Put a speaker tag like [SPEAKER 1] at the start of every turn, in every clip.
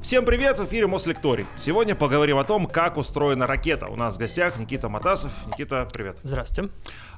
[SPEAKER 1] Всем привет, в эфире Мослекторий. Сегодня поговорим о том, как устроена ракета. У нас в гостях Никита Матасов. Никита, привет.
[SPEAKER 2] Здравствуйте.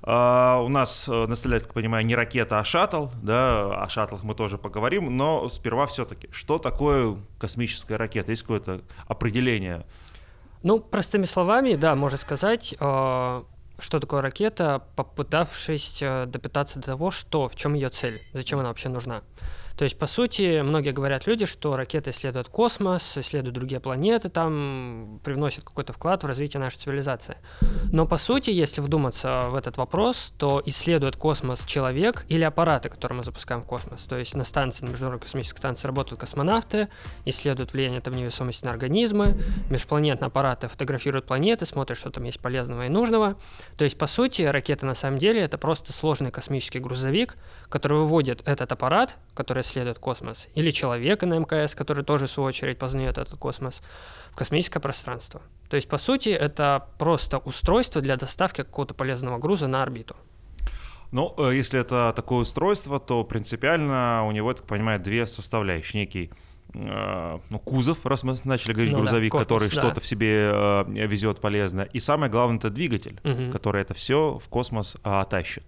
[SPEAKER 1] У нас на столе, так понимаю, не ракета, а шаттл. Да, о шаттлах мы тоже поговорим, но сперва все-таки, что такое космическая ракета? Есть какое-то определение?
[SPEAKER 2] Ну, простыми словами, да, можно сказать, что такое ракета, попытавшись допытаться до того, в чем ее цель, зачем она вообще нужна. То есть, по сути, многие говорят люди, что ракеты исследуют космос, исследуют другие планеты, там привносят какой-то вклад в развитие нашей цивилизации. Но, по сути, если вдуматься в этот вопрос, то исследует космос человек или аппараты, которые мы запускаем в космос. То есть на станции, на Международной космической станции работают космонавты, исследуют влияние атомной невесомости на организмы, межпланетные аппараты фотографируют планеты, смотрят, что там есть полезного и нужного. То есть, по сути, ракета на самом деле это просто сложный космический грузовик, который выводит этот аппарат, который исследует космос, или человека на МКС, который тоже, в свою очередь, познает этот космос, в космическое пространство. То есть, по сути, это просто устройство для доставки какого-то полезного груза на орбиту.
[SPEAKER 1] Ну, если это такое устройство, то принципиально у него, я так понимаю, две составляющие. Некий кузов, раз мы начали говорить, грузовик, да, который что-то в себе везет полезно. И самое главное, это двигатель, который это все в космос тащит.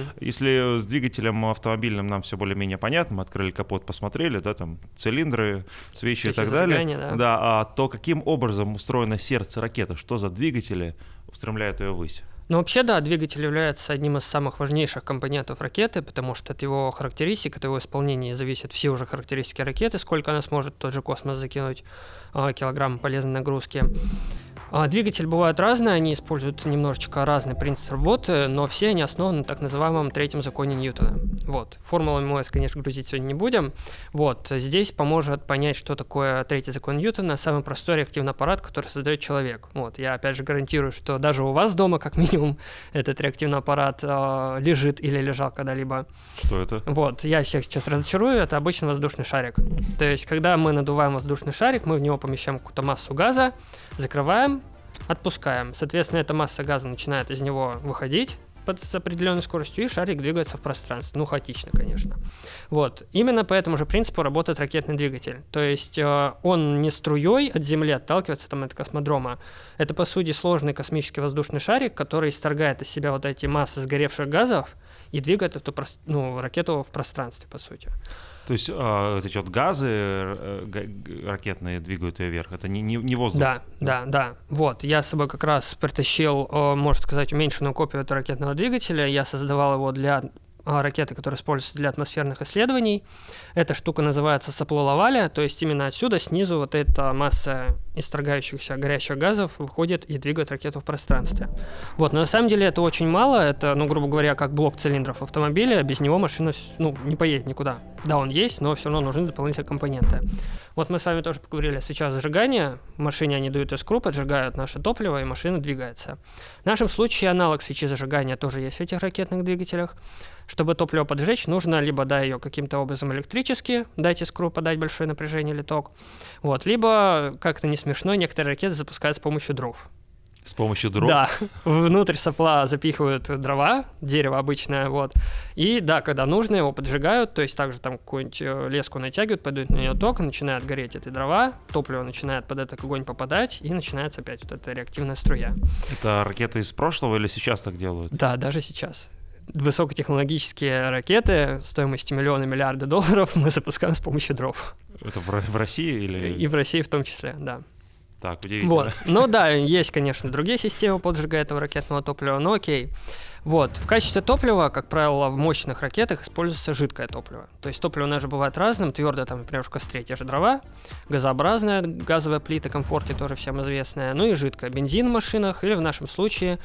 [SPEAKER 1] Если с двигателем автомобильным нам все более-менее понятно, мы открыли капот, посмотрели, да, там цилиндры, свечи и так далее, да, то каким образом устроено сердце ракеты, что за двигатели устремляют ее ввысь?
[SPEAKER 2] Ну, вообще, да, двигатель является одним из самых важнейших компонентов ракеты, потому что от его характеристик, от его исполнения зависят все уже характеристики ракеты, сколько она сможет в тот же космос закинуть килограмм полезной нагрузки. Двигатели бывают разные, они используют немножечко разный принцип работы, но все они основаны на так называемом третьем законе Ньютона. Вот. Формулами мы, конечно, грузить сегодня не будем. Вот. Здесь поможет понять, что такое третий закон Ньютона, самый простой реактивный аппарат, который создает человек. Вот. Я, опять же, гарантирую, что даже у вас дома, как минимум, этот реактивный аппарат лежит или лежал когда-либо.
[SPEAKER 1] Что это?
[SPEAKER 2] Вот. Я всех сейчас разочарую, это обычный воздушный шарик. То есть, когда мы надуваем воздушный шарик, мы в него помещаем какую-то массу газа, закрываем, отпускаем. Соответственно, эта масса газа начинает из него выходить с определенной скоростью, и шарик двигается в пространстве. Ну, хаотично, конечно. Вот. Именно по этому же принципу работает ракетный двигатель. То есть он не струей от Земли отталкивается там, от космодрома. Это, по сути, сложный космический воздушный шарик, который исторгает из себя вот эти массы сгоревших газов и двигает эту ракету в пространстве, по сути.
[SPEAKER 1] То есть вот эти вот газы ракетные двигают ее вверх, это не воздух?
[SPEAKER 2] Да. Вот, я с собой как раз притащил, можно сказать, уменьшенную копию этого ракетного двигателя. Я создавал его для ракеты, которая используется для атмосферных исследований. Эта штука называется сопло Лаваля, то есть именно отсюда, снизу, вот эта масса исторгающихся горящих газов выходит и двигает ракету в пространстве. Вот, но на самом деле это очень мало, это, грубо говоря, как блок цилиндров автомобиля, без него машина, не поедет никуда. Да, он есть, но все равно нужны дополнительные компоненты. Вот мы с вами тоже поговорили о свечах зажигания. В машине они дают искру, поджигают наше топливо, и машина двигается. В нашем случае аналог свечи зажигания тоже есть в этих ракетных двигателях. Чтобы топливо поджечь, нужно либо ее каким-то образом электрически дать искру, подать большое напряжение или ток, вот, либо, как-то не смешно, некоторые ракеты запускают с помощью дров.
[SPEAKER 1] С помощью дров?
[SPEAKER 2] Да, внутрь сопла запихивают дрова, дерево обычное, вот, и, да, когда нужно, его поджигают, то есть также там какую-нибудь леску натягивают, подают на нее ток, начинают гореть эти дрова, топливо начинает под этот огонь попадать, и начинается опять вот эта реактивная струя.
[SPEAKER 1] Это ракеты из прошлого или сейчас так делают?
[SPEAKER 2] Да, даже сейчас. Высокотехнологические ракеты стоимостью миллиарды долларов мы запускаем с помощью дров.
[SPEAKER 1] Это в России или?
[SPEAKER 2] И в России в том числе, да.
[SPEAKER 1] Так, удивительно.
[SPEAKER 2] Вот. Ну да, есть, конечно, другие системы поджига этого ракетного топлива, но окей. Вот. В качестве топлива, как правило, в мощных ракетах используется жидкое топливо. То есть топливо у нас же бывает разным, твердое, там, например, в костре те же дрова, газообразная газовая плита, комфорте тоже всем известная, ну и жидкое, бензин в машинах или в нашем случае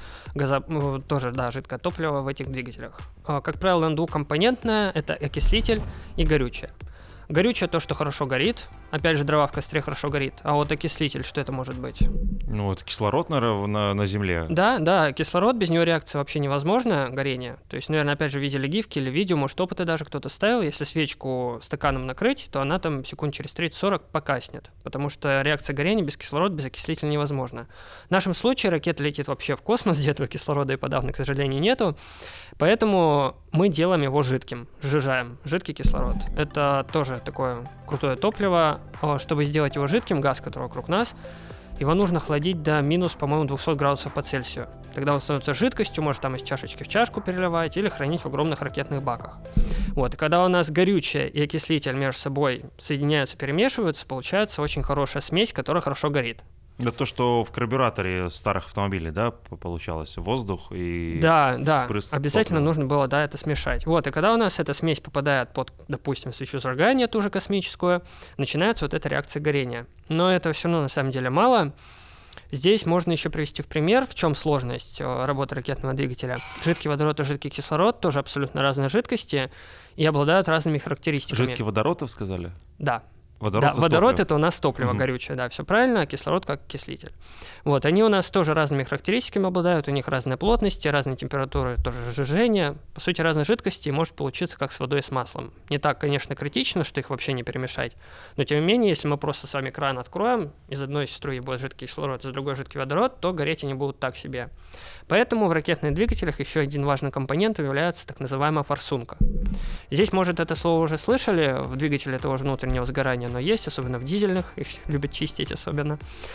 [SPEAKER 2] тоже, да, жидкое топливо в этих двигателях. Как правило, оно двухкомпонентное, это окислитель и горючее. Горючее то, что хорошо горит. Опять же, дрова в костре хорошо горит. А вот окислитель, что это может быть?
[SPEAKER 1] Ну, это кислород, наверное, на Земле.
[SPEAKER 2] Да, кислород, без него реакция вообще невозможна, горение. То есть, наверное, опять же, видели гифки или видео, может, опыты даже кто-то ставил. Если свечку стаканом накрыть, то она там секунд через 30-40 покаснет. Потому что реакция горения без кислорода, без окислителя невозможна. В нашем случае ракета летит вообще в космос, где этого кислорода и подавно, к сожалению, нету. Поэтому мы делаем его жидким, сжижаем. Жидкий кислород. Это тоже такое крутое топливо. но чтобы сделать его жидким, газ, который вокруг нас, его нужно охладить до минус, по-моему, 200 градусов по Цельсию. Тогда он становится жидкостью, может там из чашечки в чашку переливать или хранить в огромных ракетных баках. Вот. И когда у нас горючее и окислитель между собой соединяются, перемешиваются, получается очень хорошая смесь, которая хорошо горит.
[SPEAKER 1] Это то, что в карбюраторе старых автомобилей, да, получалось воздух и
[SPEAKER 2] да,
[SPEAKER 1] топлива.
[SPEAKER 2] обязательно нужно было, это смешать. Вот, и когда у нас эта смесь попадает под, допустим, свечу зажигания, ту же космическую, начинается вот эта реакция горения. Но этого все равно на самом деле мало. Здесь можно еще привести в пример, в чем сложность работы ракетного двигателя. Жидкий водород и жидкий кислород тоже абсолютно разные жидкости и обладают разными характеристиками.
[SPEAKER 1] Жидкий водород, вы сказали?
[SPEAKER 2] Да.
[SPEAKER 1] Водород
[SPEAKER 2] это у нас топливо горючее, да, все правильно, а кислород как окислитель. Вот, они у нас тоже разными характеристиками обладают, у них разные плотности, разные температуры, тоже сжижения. По сути, разные жидкости может получиться как с водой и с маслом. Не так, конечно, критично, что их вообще не перемешать, но тем не менее, если мы просто с вами кран откроем, из одной струи будет жидкий кислород, из другой жидкий водород, то гореть они будут так себе. Поэтому в ракетных двигателях еще один важный компонентом является так называемая форсунка. Здесь, может, это слово уже слышали, в двигателе того же внутреннего сгорания оно есть, особенно в дизельных, их любят чистить особенно.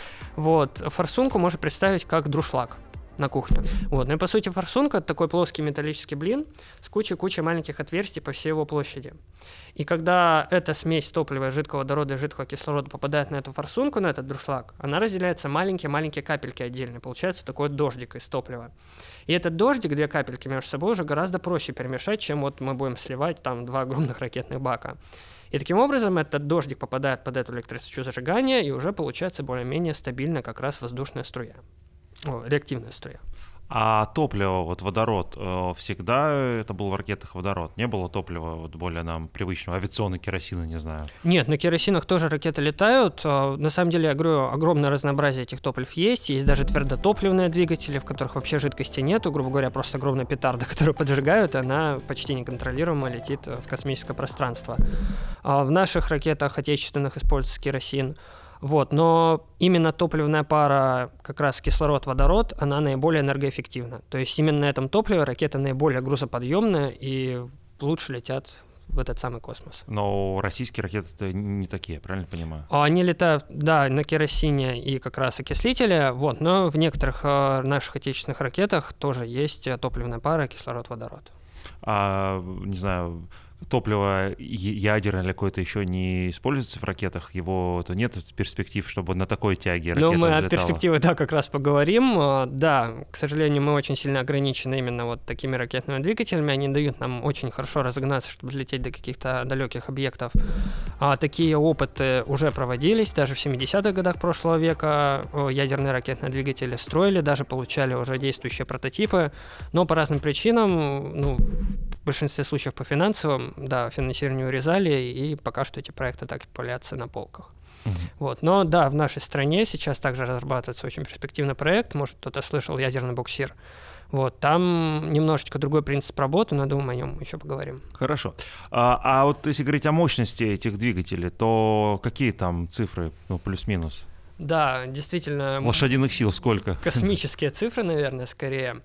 [SPEAKER 2] Вот. Форсунку можно представить как друшлаг на кухне. Вот. Ну и по сути форсунка — это такой плоский металлический блин с кучей маленьких отверстий по всей его площади. И когда эта смесь топлива, жидкого водорода и жидкого кислорода попадает на эту форсунку, на этот друшлаг, она разделяется маленькие капельки отдельно. Получается такой дождик из топлива. И этот дождик, две капельки между собой, уже гораздо проще перемешать, чем вот мы будем сливать там два огромных ракетных бака. И таким образом этот дождик попадает под эту электросвечу зажигания, и уже получается более-менее стабильная как раз воздушная струя. Реактивная струя.
[SPEAKER 1] А топливо, вот водород, всегда это был в ракетах водород? Не было топлива вот более нам привычного, авиационного керосина, не знаю?
[SPEAKER 2] Нет, на керосинах тоже ракеты летают. На самом деле, я говорю, огромное разнообразие этих топлив есть. Есть даже твердотопливные двигатели, в которых вообще жидкости нету. Грубо говоря, просто огромная петарда, которую поджигают, она почти неконтролируемо летит в космическое пространство. В наших ракетах отечественных используется керосин. Вот, но именно топливная пара, как раз кислород-водород, она наиболее энергоэффективна. То есть именно на этом топливе ракеты наиболее грузоподъемные и лучше летят в этот самый космос.
[SPEAKER 1] Но российские ракеты не такие, правильно понимаю?
[SPEAKER 2] Они летают, да, на керосине и как раз окислителе, вот, но в некоторых наших отечественных ракетах тоже есть топливная пара кислород-водород.
[SPEAKER 1] Не знаю, топливо ядерное или какое-то еще не используется в ракетах? Его-то нет перспектив, чтобы на такой тяге ракета взлетала?
[SPEAKER 2] Ну, мы о перспективе, да, как раз поговорим. Да, к сожалению, мы очень сильно ограничены именно вот такими ракетными двигателями. Они дают нам очень хорошо разогнаться, чтобы лететь до каких-то далеких объектов. Такие опыты уже проводились. Даже в 70-х годах прошлого века ядерные ракетные двигатели строили, даже получали уже действующие прототипы. Но по разным причинам, в большинстве случаев по финансовым, да, финансирование урезали, и пока что эти проекты так и пылятся на полках. Вот. Но да, в нашей стране сейчас также разрабатывается очень перспективный проект, может, кто-то слышал, ядерный буксир. Вот, там немножечко другой принцип работы, но, думаю, о нем еще поговорим.
[SPEAKER 1] Хорошо. А вот если говорить о мощности этих двигателей, то какие там цифры, плюс-минус?
[SPEAKER 2] Да, действительно.
[SPEAKER 1] Лошадиных сил сколько?
[SPEAKER 2] Космические цифры, наверное, скорее.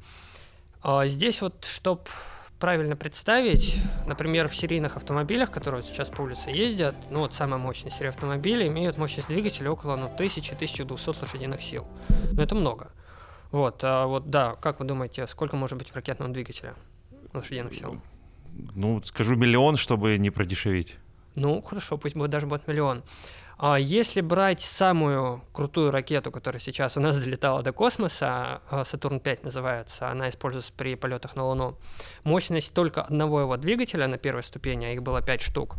[SPEAKER 2] Здесь вот, чтобы правильно представить, например, в серийных автомобилях, которые сейчас по улице ездят, самая мощная серия автомобилей имеют мощность двигателя около 1000-1200 лошадиных сил. Но это много. Вот, да, как вы думаете, сколько может быть в ракетном двигателе лошадиных сил?
[SPEAKER 1] Скажу 1 миллион, чтобы не продешевить.
[SPEAKER 2] Хорошо, пусть даже будет 1 миллион. Если брать самую крутую ракету, которая сейчас у нас долетала до космоса, Сатурн-5 называется, она используется при полетах на Луну, мощность только одного его двигателя на первой ступени, а их было 5 штук,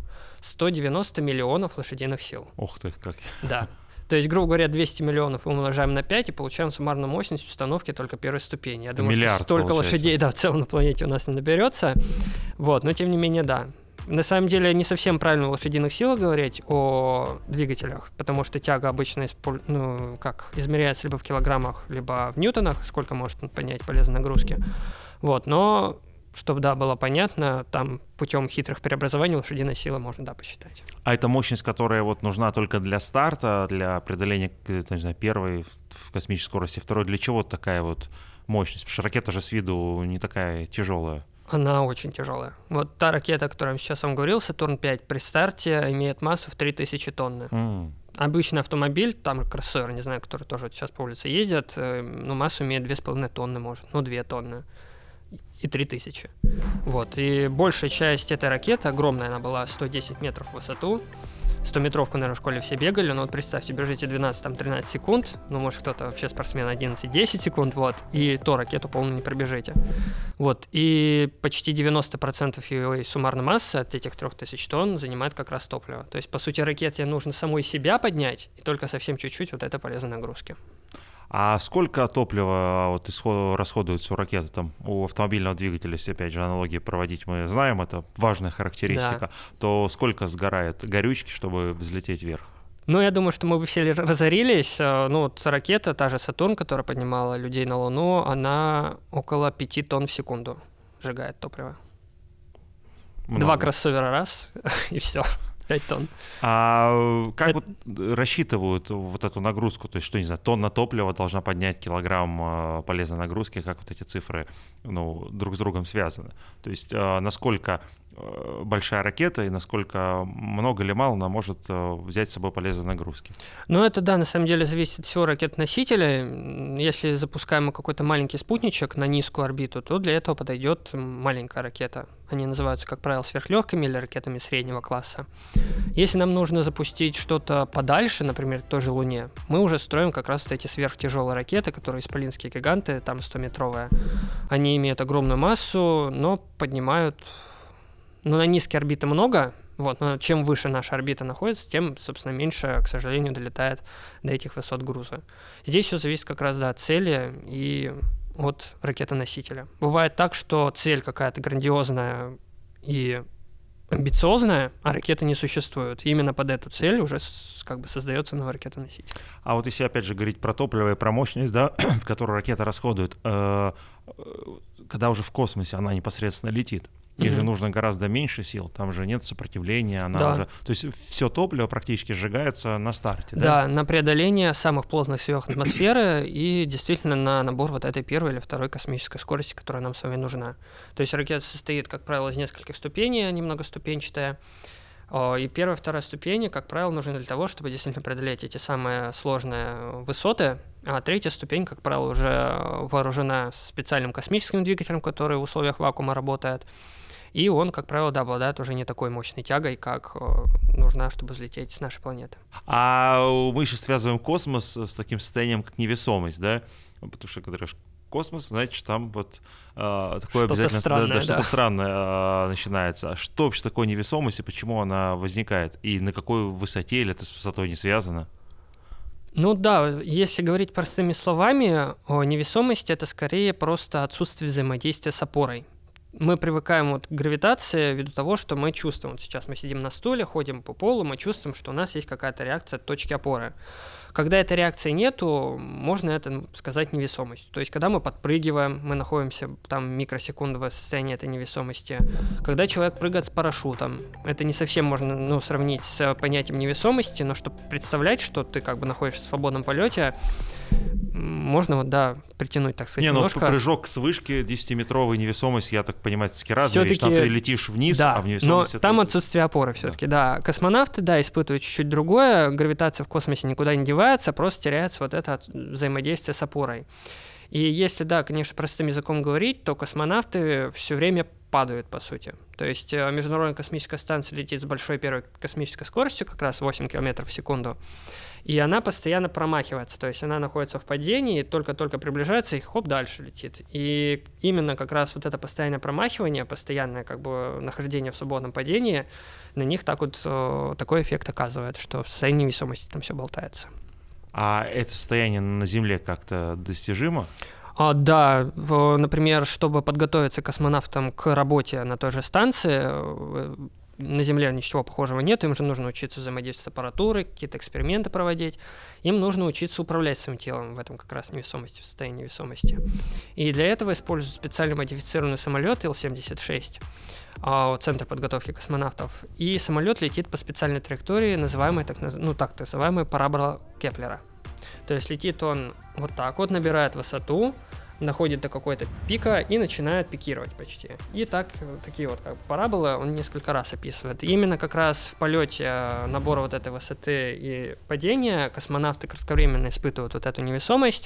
[SPEAKER 2] 190 миллионов лошадиных сил.
[SPEAKER 1] Ух ты, как.
[SPEAKER 2] Да. То есть, грубо говоря, 200 миллионов умножаем на 5 и получаем суммарную мощность установки только первой ступени. Я думаю,
[SPEAKER 1] миллиард,
[SPEAKER 2] что столько
[SPEAKER 1] получается.
[SPEAKER 2] Лошадей, в целом на планете у нас не наберется. Вот, но тем не менее, да. На самом деле не совсем правильно в лошадиных силах говорить о двигателях, потому что тяга обычно измеряется либо в килограммах, либо в ньютонах, сколько может поднять полезной нагрузки. Вот, но чтобы, было понятно, там путем хитрых преобразований лошадиной силы можно, посчитать. А
[SPEAKER 1] это мощность, которая нужна только для старта, для преодоления, первой в космической скорости, второй, для чего такая мощность? Потому что ракета же с виду не такая тяжелая.
[SPEAKER 2] Она очень тяжелая. Вот та ракета, о которой я сейчас вам говорил, Сатурн-5, при старте имеет массу в 3000 тонны. Обычный автомобиль, там кроссовер, не знаю, который тоже сейчас по улице ездят, массу имеет 2,5 тонны, может, 2 тонны. И 3000. Вот. И большая часть этой ракеты, огромная она была, 110 метров в высоту. 100-метровку, наверное, в школе все бегали, но вот представьте, бежите 12-13 секунд, может, кто-то вообще спортсмен 11-10 секунд, вот, и то ракету полную не пробежите. Вот, и почти 90% ее суммарной массы от этих 3000 тонн занимает как раз топливо. То есть, по сути, ракете нужно самой себя поднять, и только совсем чуть-чуть вот это полезной нагрузки.
[SPEAKER 1] А сколько топлива расходуется у ракеты, там, у автомобильного двигателя, если, опять же, аналогии проводить, мы знаем, это важная характеристика, то сколько сгорает горючки, чтобы взлететь вверх?
[SPEAKER 2] Я думаю, что мы бы все разорились. Ракета, та же «Сатурн», которая поднимала людей на Луну, она около 5 тонн в секунду сжигает топливо. Много. 2 кроссовера раз, и все. 5 тонн.
[SPEAKER 1] А как рассчитывают вот эту нагрузку? То есть, что, не знаю, тонна топлива должна поднять килограмм полезной нагрузки, как вот эти цифры друг с другом связаны? То есть, насколько большая ракета и насколько много или мало она может взять с собой полезной нагрузки?
[SPEAKER 2] Это, да, на самом деле зависит от всего ракет-носителя. Если запускаем мы какой-то маленький спутничек на низкую орбиту, то для этого подойдет маленькая ракета. Они называются, как правило, сверхлегкими или ракетами среднего класса. Если нам нужно запустить что-то подальше, например, к той же Луне, мы уже строим как раз вот эти сверхтяжелые ракеты, которые исполинские гиганты, там 100-метровые. Они имеют огромную массу, но поднимают... на низкие орбиты много, но чем выше наша орбита находится, тем, собственно, меньше, к сожалению, долетает до этих высот груза. Здесь все зависит как раз от цели и от ракетоносителя. Бывает так, что цель какая-то грандиозная и амбициозная, а ракеты не существует. И именно под эту цель уже создается новый ракетоноситель.
[SPEAKER 1] А вот если, опять же, говорить про топливо и про мощность, да, которую ракета расходует, когда уже в космосе она непосредственно летит, ей же нужно гораздо меньше сил, там же нет сопротивления, она уже... То есть все топливо практически сжигается на старте, да?
[SPEAKER 2] Да, на преодоление самых плотных сверх атмосферы и действительно на набор вот этой первой или второй космической скорости, которая нам с вами нужна. То есть ракета состоит, как правило, из нескольких ступеней, немногоступенчатая. И первая, вторая ступени, как правило, нужны для того, чтобы действительно преодолеть эти самые сложные высоты. А третья ступень, как правило, уже вооружена специальным космическим двигателем, который в условиях вакуума работает. И он, как правило, обладает уже не такой мощной тягой, как нужна, чтобы взлететь с нашей планеты.
[SPEAKER 1] А мы еще связываем космос с таким состоянием, как невесомость, да? Потому что, когда говоришь космос, значит, там вот такое
[SPEAKER 2] что-то
[SPEAKER 1] обязательно
[SPEAKER 2] странное,
[SPEAKER 1] что-то странное начинается. А что вообще такое невесомость и почему она возникает? И на какой высоте, или это с высотой не связано?
[SPEAKER 2] Если говорить простыми словами, невесомость — это скорее просто отсутствие взаимодействия с опорой. Мы привыкаем к гравитации ввиду того, что мы чувствуем. Сейчас мы сидим на стуле, ходим по полу, мы чувствуем, что у нас есть какая-то реакция от точки опоры. Когда этой реакции нету, можно это сказать невесомость. То есть, когда мы подпрыгиваем, мы находимся там микросекундовое состояние этой невесомости. Когда человек прыгает с парашютом, это не совсем можно сравнить с понятием невесомости, но чтобы представлять, что ты находишься в свободном полете, можно, притянуть, так сказать, немножко.
[SPEAKER 1] Прыжок с вышки 10-метровой невесомость, я так понимаю, все-таки разные вещи. Там ты летишь вниз, а в невесомости...
[SPEAKER 2] но там отсутствие опоры все-таки, да. Космонавты, испытывают чуть-чуть другое. Гравитация в космосе никуда не девается, просто теряется вот это взаимодействие с опорой. И если, конечно, простым языком говорить, то космонавты все время падают, по сути. То есть Международная космическая станция летит с большой первой космической скоростью, как раз 8 км в секунду, и она постоянно промахивается, то есть она находится в падении, только-только приближается и хоп, дальше летит. И именно как раз вот это постоянное промахивание, постоянное нахождение в свободном падении, на них такой эффект оказывает, что в состоянии невесомости там все болтается.
[SPEAKER 1] А это состояние на Земле как-то достижимо?
[SPEAKER 2] Да, например, чтобы подготовиться космонавтам к работе на той же станции, на Земле ничего похожего нет, им же нужно учиться взаимодействовать с аппаратурой, какие-то эксперименты проводить, им нужно учиться управлять своим телом в этом как раз невесомости, в состоянии невесомости. И для этого используют специально модифицированный самолет Ил-76, Центр подготовки космонавтов, и самолет летит по специальной траектории, называемой так называемой парабола Кеплера. То есть летит он вот так вот, набирает высоту, доходит до какой-то пика и начинает пикировать почти. И такие вот как параболы он несколько раз описывает. И именно как раз в полете набора вот этой высоты и падения космонавты кратковременно испытывают вот эту невесомость.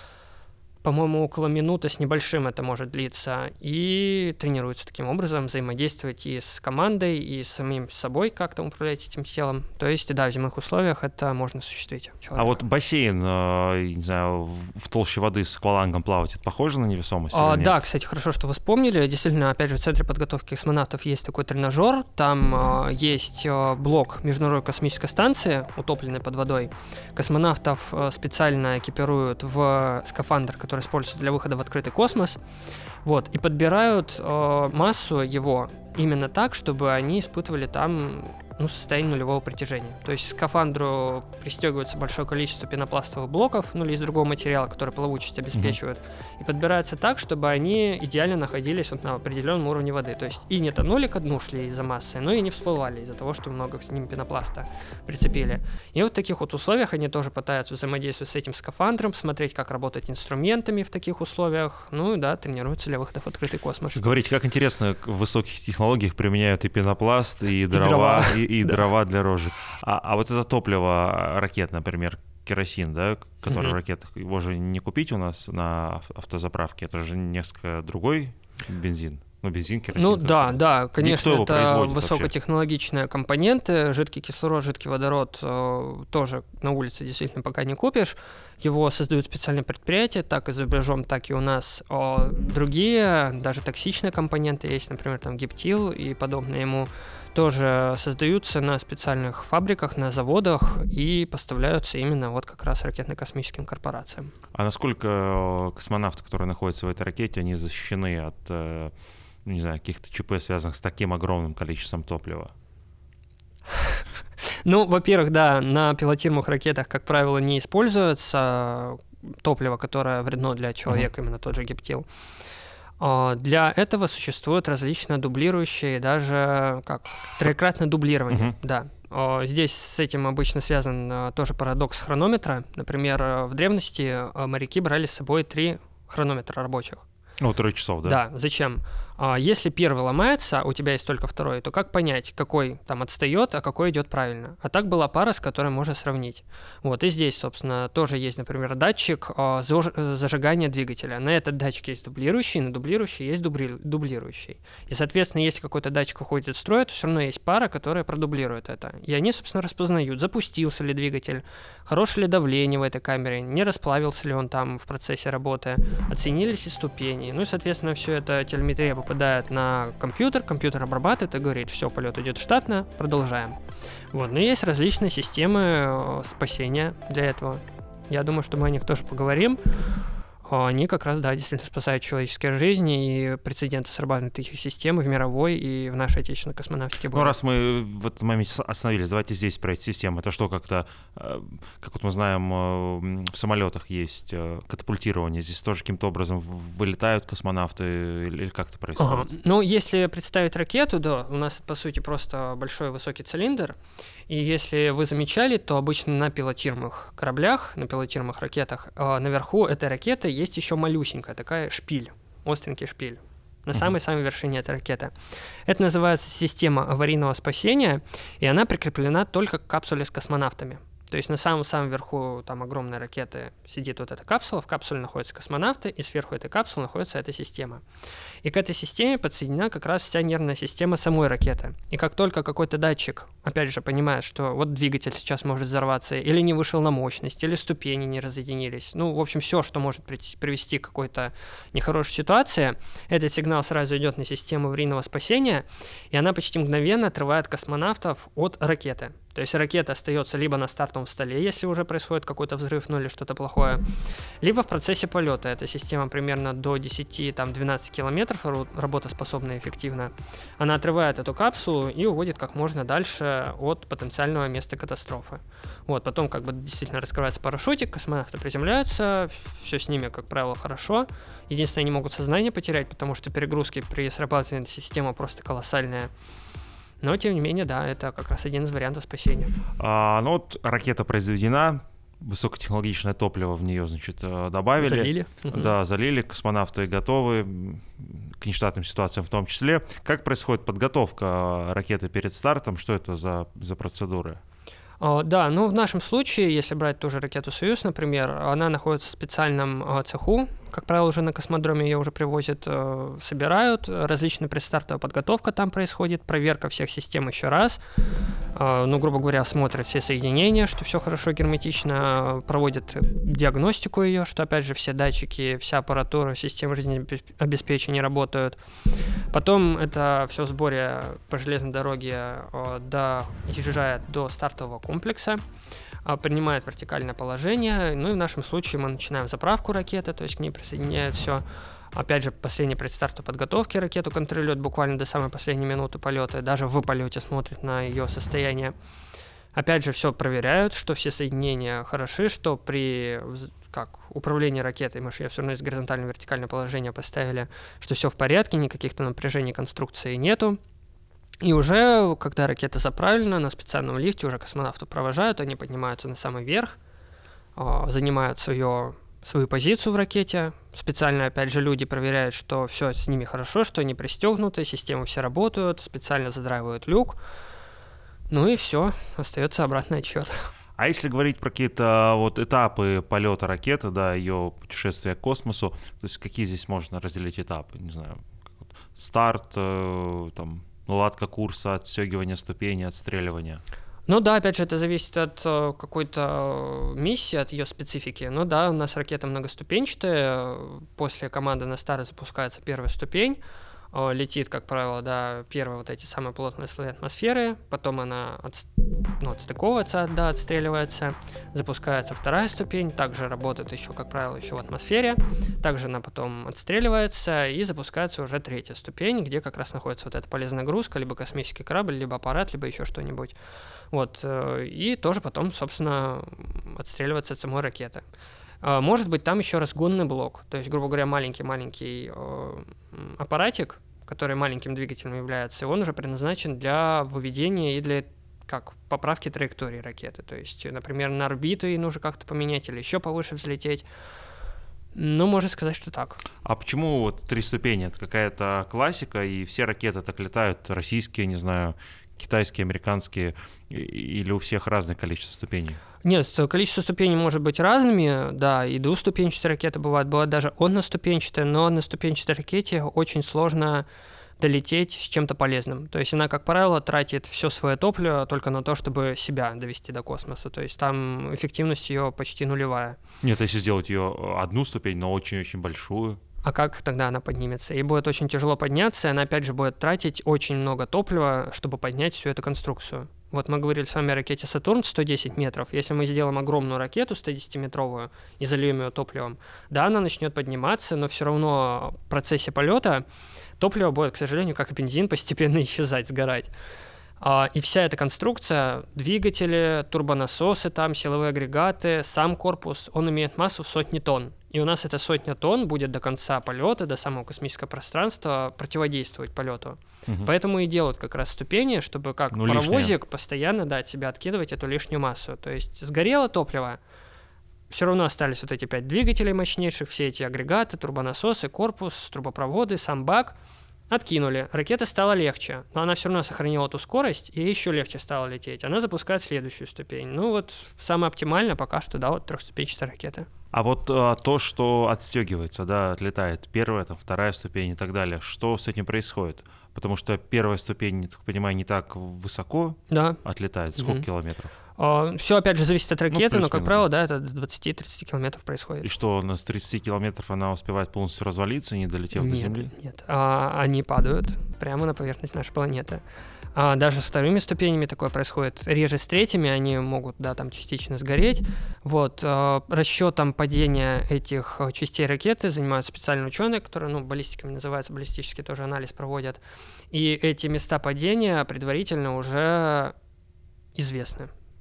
[SPEAKER 2] По-моему, около минуты с небольшим это может длиться, и тренируются таким образом взаимодействовать и с командой, и с самим собой, как там управлять этим телом. То есть, да, в земных условиях это можно осуществить.
[SPEAKER 1] А вот бассейн, не знаю, в толще воды с аквалангом плавать, это похоже на невесомость?
[SPEAKER 2] Да, кстати, хорошо, что вы вспомнили. Действительно, опять же, в Центре подготовки космонавтов есть такой тренажер, там есть блок Международной космической станции, утопленный под водой. Космонавтов специально экипируют в скафандр, который используется для выхода в открытый космос, вот, и подбирают массу его именно так, чтобы они испытывали там состояние нулевого притяжения. То есть к скафандру пристегивается большое количество пенопластовых блоков, или из другого материала, который плавучесть обеспечивает, и подбирается так, чтобы они идеально находились вот на определенном уровне воды. То есть и не тонули ко дну, шли из-за массы, но и не всплывали из-за того, что много с ним пенопласта прицепили. И вот в таких вот условиях они тоже пытаются взаимодействовать с этим скафандром, смотреть, как работать инструментами в таких условиях, тренируются для выхода в открытый космос.
[SPEAKER 1] Говорите, как интересно, в высоких технологиях применяют и пенопласт, и дрова, и дрова для рожек. А вот это топливо ракет, например, керосин, да, который в ракетах, его же не купить у нас на автозаправке, это же несколько другой бензин. Бензин, керосин.
[SPEAKER 2] Да, конечно, это высокотехнологичные компоненты. Жидкий кислород, жидкий водород тоже на улице действительно пока не купишь. Его создают специальные предприятия, так и за рубежом, так и у нас. Другие, даже токсичные компоненты есть, например, там гептил и подобное ему, тоже создаются на специальных фабриках, на заводах и поставляются именно вот как раз ракетно-космическим корпорациям.
[SPEAKER 1] А насколько космонавты, которые находятся в этой ракете, они защищены от, каких-то ЧП, связанных с таким огромным количеством топлива?
[SPEAKER 2] Во-первых, да, на пилотируемых ракетах, как правило, не используется топливо, которое вредно для человека, именно тот же гептил. Для этого существуют различные дублирующие, даже троекратное дублирование. Да. Здесь с этим обычно связан тоже парадокс хронометра. Например, в древности моряки брали с собой 3 хронометра рабочих.
[SPEAKER 1] 3 часов, да?
[SPEAKER 2] Да, зачем? Если первый ломается, а у тебя есть только второй, то как понять, какой там отстает, а какой идет правильно? А так была пара, с которой можно сравнить. Вот, и здесь, собственно, тоже есть, например, датчик зажигания двигателя. На этот датчик есть дублирующий, на дублирующий есть дублирующий. И, соответственно, если какой-то датчик выходит из строя, то все равно есть пара, которая продублирует это. И они, собственно, распознают, запустился ли двигатель, хорошее ли давление в этой камере, не расплавился ли он там в процессе работы, оценились ли ступени. И, соответственно, все это телеметрия попадает на компьютер обрабатывает и говорит, все, полет идет штатно, продолжаем. Вот, но есть различные системы спасения для этого. Я думаю, что мы о них тоже поговорим. Они как раз, да, действительно спасают человеческие жизни, и прецеденты срабатывают таких систем в мировой и в нашей отечественной космонавтике.
[SPEAKER 1] Раз мы в этом моменте остановились, давайте здесь про эти системы. Это что, как вот мы знаем, в самолетах есть катапультирование, здесь тоже каким-то образом вылетают космонавты или как это происходит?
[SPEAKER 2] Если представить ракету, да, у нас, по сути, просто большой высокий цилиндр, и если вы замечали, то обычно на пилотируемых кораблях, на пилотируемых ракетах, наверху этой ракеты есть еще малюсенькая такая шпиль, остренький шпиль, на самой-самой вершине этой ракеты. Это называется система аварийного спасения, и она прикреплена только к капсуле с космонавтами. То есть на самом-самом верху там огромной ракеты сидит вот эта капсула, в капсуле находятся космонавты, и сверху этой капсулы находится эта система. И к этой системе подсоединена как раз вся нервная система самой ракеты. И как только какой-то датчик, опять же, понимает, что вот двигатель сейчас может взорваться, или не вышел на мощность, или ступени не разъединились, в общем, все, что может привести к какой-то нехорошей ситуации, этот сигнал сразу идет на систему аварийного спасения, и она почти мгновенно отрывает космонавтов от ракеты. То есть ракета остается либо на стартовом столе, если уже происходит какой-то взрыв, или что-то плохое, либо в процессе полета. Эта система примерно до 10-12 километров работоспособна и эффективна. Она отрывает эту капсулу и уводит как можно дальше от потенциального места катастрофы. Вот, потом действительно раскрывается парашютик, космонавты приземляются, все с ними, как правило, хорошо. Единственное, они могут сознание потерять, потому что перегрузки при срабатывании этой системы просто колоссальные. Но, тем не менее, да, это как раз один из вариантов спасения.
[SPEAKER 1] Вот ракета произведена, высокотехнологичное топливо в нее, значит, добавили.
[SPEAKER 2] Залили.
[SPEAKER 1] Да, залили, космонавты готовы, к нештатным ситуациям в том числе. Как происходит подготовка ракеты перед стартом? Что это за процедуры?
[SPEAKER 2] Да, ну в нашем случае, если брать ту же ракету «Союз», например, она находится в специальном цеху. Как правило, уже на космодроме ее уже привозят, собирают. Различная предстартовая подготовка там происходит, проверка всех систем еще раз. Ну, грубо говоря, смотрят все соединения, что все хорошо, герметично, проводят диагностику ее, что, опять же, все датчики, вся аппаратура, системы жизнеобеспечения работают. Потом это все в сборе по железной дороге доезжает до стартового комплекса, принимает вертикальное положение. Ну и в нашем случае мы начинаем заправку ракеты, то есть к ней присоединяют все. Опять же, последний предстарту подготовки ракету контролирует буквально до самой последней минуты полета, даже в полете смотрит на ее состояние. Опять же, все проверяют, что все соединения хороши, что при управлении ракетой мы же ее все равно из горизонтального в вертикальное положение поставили, что все в порядке, никаких напряжений конструкции нету. И уже, когда ракета заправлена, на специальном лифте уже космонавтов провожают, они поднимаются на самый верх, занимают свою позицию в ракете. Специально, опять же, люди проверяют, что все с ними хорошо, что они пристегнуты, системы все работают, специально задраивают люк. Ну и все, остается обратный отсчет.
[SPEAKER 1] А если говорить про какие-то вот этапы полета ракеты, да, ее путешествия к космосу, то есть какие здесь можно разделить этапы? Не знаю, старт, наладка курса, отстегивание ступеней, отстреливание.
[SPEAKER 2] Ну да, опять же, это зависит от какой-то миссии, от ее специфики. Ну да, у нас ракета многоступенчатая. После команды на старт запускается первая ступень. Летит, как правило, первые вот эти самые плотные слои атмосферы. Потом она отстыковывается, отстреливается. Запускается вторая ступень. Также работает еще, как правило, еще в атмосфере. Также она потом отстреливается и запускается уже третья ступень, где как раз находится вот эта полезная нагрузка, либо космический корабль, либо аппарат, либо еще что-нибудь. Вот. И тоже потом, собственно, отстреливается от самой ракеты. Может быть, там еще разгонный блок, то есть, грубо говоря, маленький аппаратик, который маленьким двигателем является, он уже предназначен для выведения и для поправки траектории ракеты. То есть, например, на орбиту ей нужно как-то поменять или еще повыше взлететь. Ну, можно сказать, что так.
[SPEAKER 1] А почему вот 3 ступени? Это какая-то классика, и все ракеты так летают, российские, не знаю, китайские, американские, или у всех разное количество ступеней?
[SPEAKER 2] Нет, количество ступеней может быть разными, да, и двухступенчатые ракеты бывают даже одноступенчатые, но одноступенчатой ракете очень сложно долететь с чем-то полезным. То есть она, как правило, тратит все свое топливо только на то, чтобы себя довести до космоса. То есть там эффективность ее почти нулевая.
[SPEAKER 1] Нет, если сделать ее одну ступень, но очень-очень большую.
[SPEAKER 2] А как тогда она поднимется? Ей будет очень тяжело подняться, и она опять же будет тратить очень много топлива, чтобы поднять всю эту конструкцию. Вот мы говорили с вами о ракете «Сатурн» 110 метров. Если мы сделаем огромную ракету 110-метровую и зальем ее топливом, да, она начнет подниматься, но все равно в процессе полета топливо будет, к сожалению, как и бензин, постепенно исчезать, сгорать. И вся эта конструкция, двигатели, турбонасосы, там, силовые агрегаты, сам корпус, он имеет массу в сотни тонн. И у нас эта 100 тонн будет до конца полета, до самого космического пространства противодействовать полету. Угу. Поэтому и делают как раз ступени, чтобы как паровозик лишнее. Постоянно от себя откидывать эту лишнюю массу. То есть сгорело топливо, все равно остались вот эти 5 двигателей мощнейших, все эти агрегаты, турбонасосы, корпус, трубопроводы, сам бак. Откинули. Ракета стала легче, но она все равно сохранила эту скорость, и еще легче стало лететь. Она запускает следующую ступень. Ну вот, самое оптимальное пока что, вот трехступенчатая ракета.
[SPEAKER 1] А вот то, что отстегивается, отлетает, первая, вторая ступень и так далее, что с этим происходит? Потому что первая ступень, я так понимаю, не так высоко отлетает. Сколько километров?
[SPEAKER 2] Все, опять же, зависит от ракеты, но, как правило, это до 20-30 километров происходит.
[SPEAKER 1] И что, с 30 километров она успевает полностью развалиться, не долетев до Земли?
[SPEAKER 2] Нет, они падают прямо на поверхность нашей планеты. Даже с вторыми ступенями такое происходит. Реже с третьими они могут, там частично сгореть. Вот. Расчетом падения этих частей ракеты занимаются специальные ученые, которые, баллистиками называются, баллистический тоже анализ проводят. И эти места падения предварительно уже известны.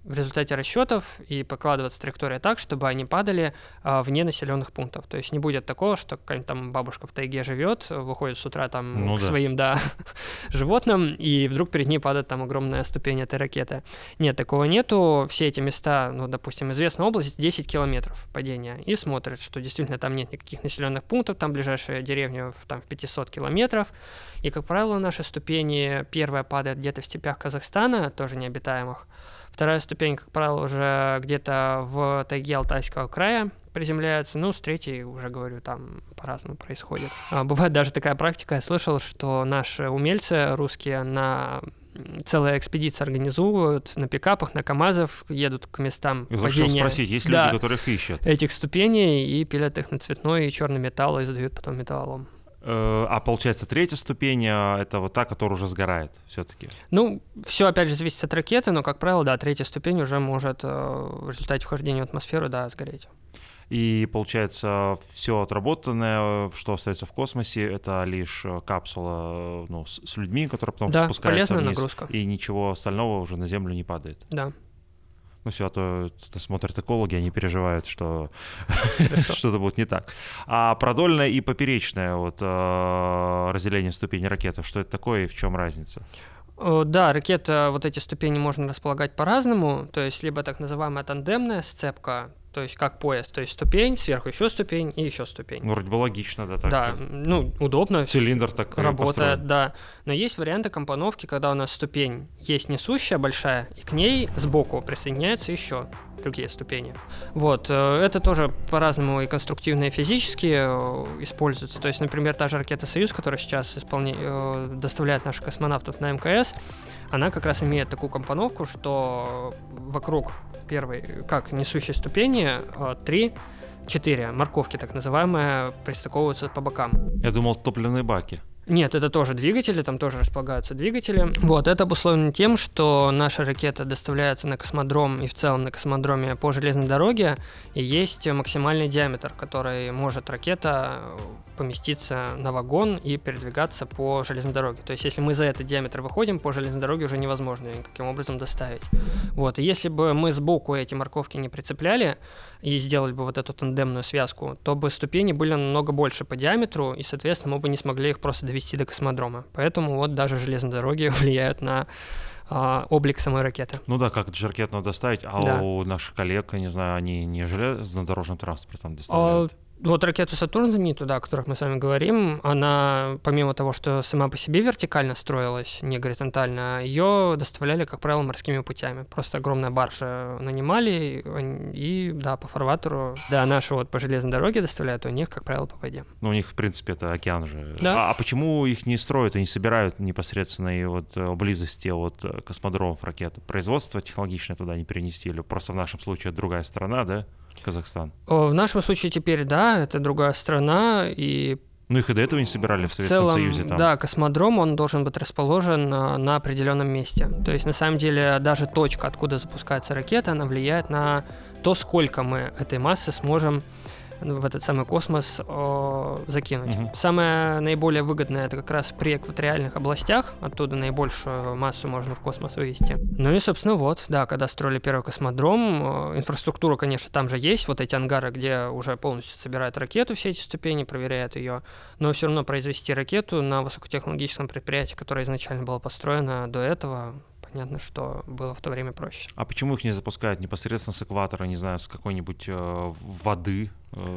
[SPEAKER 2] в результате расчетов и покладываться траектория так, чтобы они падали вне населенных пунктов. То есть не будет такого, что какая-нибудь там бабушка в тайге живет, выходит с утра там своим животным, и вдруг перед ней падает там огромная ступень этой ракеты. Нет, такого нету. Все эти места, допустим, известная область, 10 километров падения, и смотрят, что действительно там нет никаких населенных пунктов, там ближайшая деревня в 500 километров. И, как правило, наши ступени, первая падает где-то в степях Казахстана, тоже необитаемых. Вторая ступень, как правило, уже где-то в тайге Алтайского края приземляется. С третьей, уже говорю, там по-разному происходит. Бывает даже такая практика, я слышал, что наши умельцы русские на целые экспедиции организовывают на пикапах, на КАМАЗах, едут к местам падения.
[SPEAKER 1] Спросить, есть люди, которых ищут?
[SPEAKER 2] Этих ступеней, и пилят их на цветной и черный металл, и сдают потом металлолом.
[SPEAKER 1] А получается, третья ступень — это вот та, которая уже сгорает все-таки?
[SPEAKER 2] Все опять же зависит от ракеты, но, как правило, да, третья ступень уже может в результате вхождения в атмосферу, сгореть.
[SPEAKER 1] И получается, все отработанное, что остается в космосе, это лишь капсула с людьми, которые потом спускаются вниз,
[SPEAKER 2] нагрузка.
[SPEAKER 1] И ничего остального уже на Землю не падает.
[SPEAKER 2] Да.
[SPEAKER 1] Все, а то смотрят экологи, они переживают, что что-то будет не так. А продольное и поперечное разделение ступеней ракеты, что это такое и в чем разница?
[SPEAKER 2] Да, ракета, эти ступени можно располагать по-разному, то есть либо так называемая тандемная сцепка, то есть как поезд, то есть ступень, сверху еще ступень и еще ступень.
[SPEAKER 1] Вроде бы логично, да? Так.
[SPEAKER 2] Да, удобно.
[SPEAKER 1] Цилиндр так
[SPEAKER 2] работает,
[SPEAKER 1] построен.
[SPEAKER 2] да. Но есть варианты компоновки, когда у нас ступень есть несущая большая, и к ней сбоку присоединяются еще другие ступени. Это тоже по-разному и конструктивно, и физически используется. То есть, например, та же ракета «Союз», которая сейчас доставляет наших космонавтов на МКС, она как раз имеет такую компоновку, что вокруг первой, как несущей ступени, 3-4 морковки, так называемые, пристыковываются по бокам.
[SPEAKER 1] Я думал, топливные баки.
[SPEAKER 2] Нет, это тоже двигатели, там тоже располагаются двигатели. Это обусловлено тем, что наша ракета доставляется на космодром и в целом на космодроме по железной дороге, и есть максимальный диаметр, который может ракета поместиться на вагон и передвигаться по железной дороге. То есть, если мы за этот диаметр выходим, по железной дороге уже невозможно ее никаким образом доставить. И если бы мы сбоку эти морковки не прицепляли и сделали бы эту тандемную связку, то бы ступени были намного больше по диаметру, и, соответственно, мы бы не смогли их просто довести до космодрома. Поэтому даже железные дороги влияют на облик самой ракеты.
[SPEAKER 1] Как же ракету надо доставить, у наших коллег, я не знаю, они не железнодорожным транспортом доставляют?
[SPEAKER 2] Ракету «Сатурн-Зенит», о которых мы с вами говорим, она, помимо того, что сама по себе вертикально строилась, не горизонтально, ее доставляли, как правило, морскими путями. Просто огромная баржа нанимали, и, по фарватеру, наши по железной дороге доставляют, у них, как правило, по воде.
[SPEAKER 1] У них, в принципе, это океан же.
[SPEAKER 2] Да.
[SPEAKER 1] А почему их не строят и не собирают непосредственно и близости от космодромов ракет? Производство технологичное туда не перенести? Или просто в нашем случае это другая страна, да? Казахстан.
[SPEAKER 2] В нашем случае теперь, это другая страна, и
[SPEAKER 1] их и до этого не собирали в Советском Союзе там.
[SPEAKER 2] Да, космодром, он должен быть расположен на определенном месте. То есть, на самом деле, даже точка, откуда запускается ракета, она влияет на то, сколько мы этой массы сможем в этот самый космос закинуть. Угу. Самое наиболее выгодное — это как раз при экваториальных областях, оттуда наибольшую массу можно в космос вывести. И, собственно, когда строили первый космодром, инфраструктура, конечно, там же есть, эти ангары, где уже полностью собирают ракету, все эти ступени, проверяют ее, но все равно произвести ракету на высокотехнологическом предприятии, которое изначально было построено до этого, понятно, что было в то время проще.
[SPEAKER 1] А почему их не запускают непосредственно с экватора, не знаю, с какой-нибудь воды?